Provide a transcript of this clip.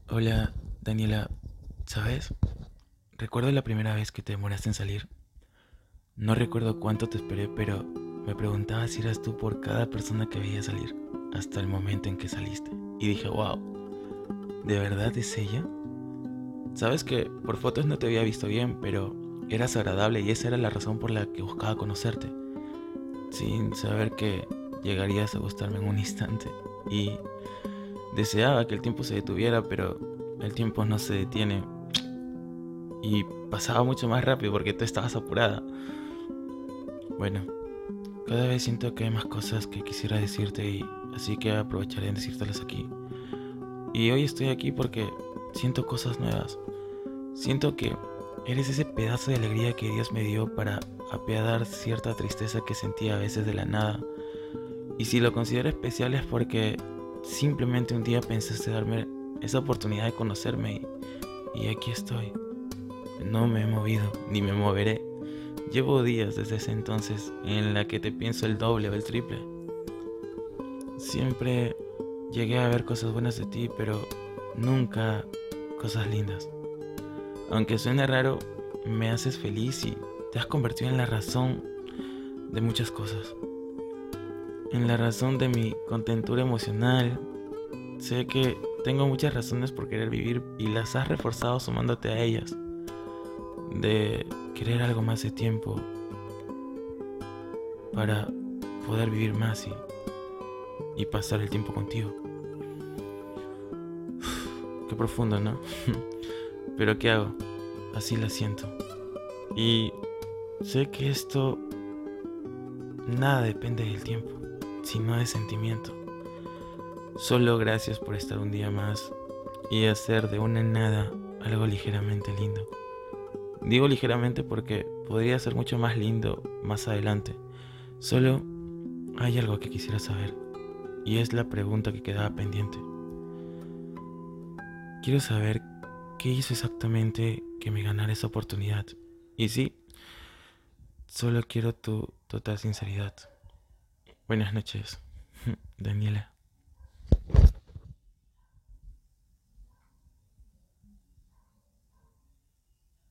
Hola, Daniela, ¿sabes? Recuerdo la primera vez que te demoraste en salir. No recuerdo cuánto te esperé, pero me preguntaba si eras tú por cada persona que veía salir, hasta el momento en que saliste. Y dije, wow, ¿de verdad es ella? Sabes que por fotos no te había visto bien, pero eras agradable y esa era la razón por la que buscaba conocerte, sin saber que llegarías a gustarme en un instante. Y deseaba que el tiempo se detuviera, pero el tiempo no se detiene. Y pasaba mucho más rápido porque tú estabas apurada. Bueno, cada vez siento que hay más cosas que quisiera decirte y así que aprovecharé en decírtelas aquí. Y hoy estoy aquí porque siento cosas nuevas. Siento que eres ese pedazo de alegría que Dios me dio para apiadar cierta tristeza que sentía a veces de la nada. Y si lo considero especial es porque simplemente un día pensaste darme esa oportunidad de conocerme y aquí estoy. No me he movido, ni me moveré. Llevo días desde ese entonces en la que te pienso el doble o el triple. Siempre llegué a ver cosas buenas de ti, pero nunca cosas lindas. Aunque suene raro, me haces feliz y te has convertido en la razón de muchas cosas. En la razón de mi contentura emocional. Sé que tengo muchas razones por querer vivir y las has reforzado sumándote a ellas. De querer algo más de tiempo para poder vivir más y pasar el tiempo contigo. Qué profundo, ¿no? Pero ¿qué hago? Así la siento. Y sé que esto nada depende del tiempo, sino de sentimiento. Solo gracias por estar un día más y hacer de una nada algo ligeramente lindo. Digo ligeramente porque podría ser mucho más lindo más adelante. Solo hay algo que quisiera saber y es la pregunta que quedaba pendiente. Quiero saber qué hizo exactamente que me ganara esa oportunidad. Y sí, solo quiero tu total sinceridad. Buenas noches, Daniela.